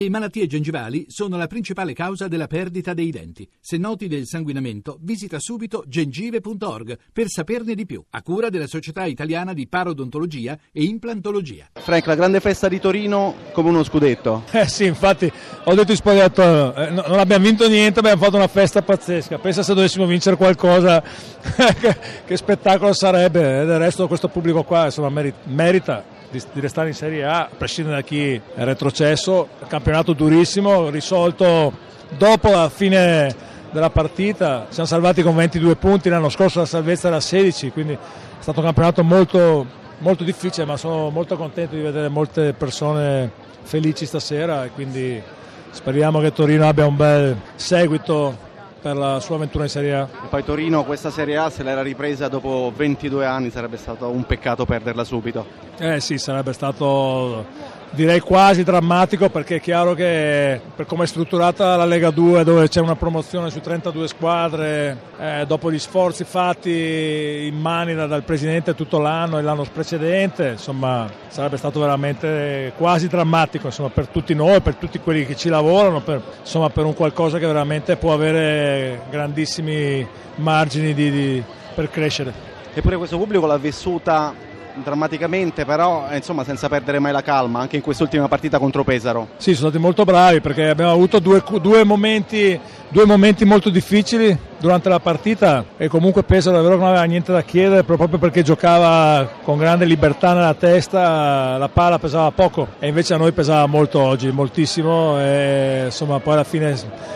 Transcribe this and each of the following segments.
Le malattie gengivali sono la principale causa della perdita dei denti. Se noti del sanguinamento, visita subito gengive.org per saperne di più, a cura della Società Italiana di Parodontologia e Implantologia. Frank, la grande festa di Torino come uno scudetto. Sì, infatti ho detto in spogliatoio, non abbiamo vinto niente, abbiamo fatto una festa pazzesca. Pensa se dovessimo vincere qualcosa, che spettacolo sarebbe. Del resto questo pubblico qua insomma merita di restare in Serie A, a prescindere da chi è retrocesso. Campionato durissimo, risolto dopo la fine della partita, siamo salvati con 22 punti, l'anno scorso la salvezza era 16, quindi è stato un campionato molto, molto difficile, ma sono molto contento di vedere molte persone felici stasera e quindi speriamo che Torino abbia un bel seguito per la sua avventura in Serie A. E poi Torino questa Serie A se l'era ripresa dopo 22 anni, sarebbe stato un peccato perderla subito. Sì, sarebbe stato direi quasi drammatico, perché è chiaro che per come è strutturata la Lega 2, dove c'è una promozione su 32 squadre, dopo gli sforzi fatti immani dal presidente tutto l'anno e l'anno precedente, insomma sarebbe stato veramente quasi drammatico, insomma, per tutti noi, per tutti quelli che ci lavorano, per un qualcosa che veramente può avere grandissimi margini per crescere. Eppure questo pubblico l'ha vissuta drammaticamente, però insomma senza perdere mai la calma, anche in quest'ultima partita contro Pesaro. Sì, sono stati molto bravi, perché abbiamo avuto due momenti molto difficili durante la partita e comunque Pesaro è vero che non aveva niente da chiedere, proprio perché giocava con grande libertà nella testa, la palla pesava poco e invece a noi pesava molto oggi, moltissimo, e insomma poi alla fine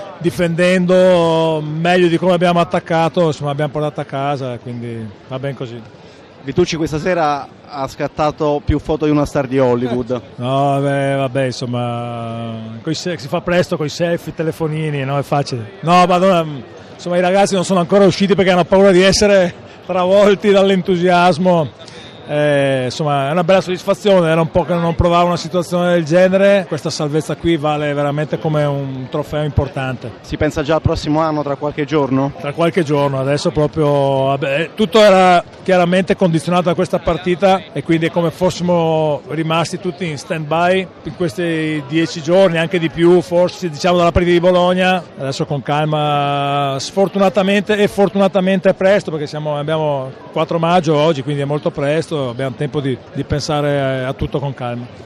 difendendo meglio di come abbiamo attaccato, insomma abbiamo portato a casa, quindi va ben così. Vitucci questa sera ha scattato più foto di una star di Hollywood. No, vabbè, insomma, si fa presto con i selfie, telefonini, no, è facile. No, ma insomma, i ragazzi non sono ancora usciti perché hanno paura di essere travolti dall'entusiasmo. Insomma, è una bella soddisfazione, era un po' che non provavo una situazione del genere. Questa salvezza qui vale veramente come un trofeo importante. Si pensa già al prossimo anno, tra qualche giorno? Tra qualche giorno, adesso proprio tutto era chiaramente condizionato da questa partita e quindi è come fossimo rimasti tutti in stand by in questi 10 giorni, anche di più forse, diciamo, dalla partita di Bologna. Adesso con calma, sfortunatamente e fortunatamente è presto, perché abbiamo 4 maggio oggi, quindi è molto presto, abbiamo tempo di pensare a tutto con calma.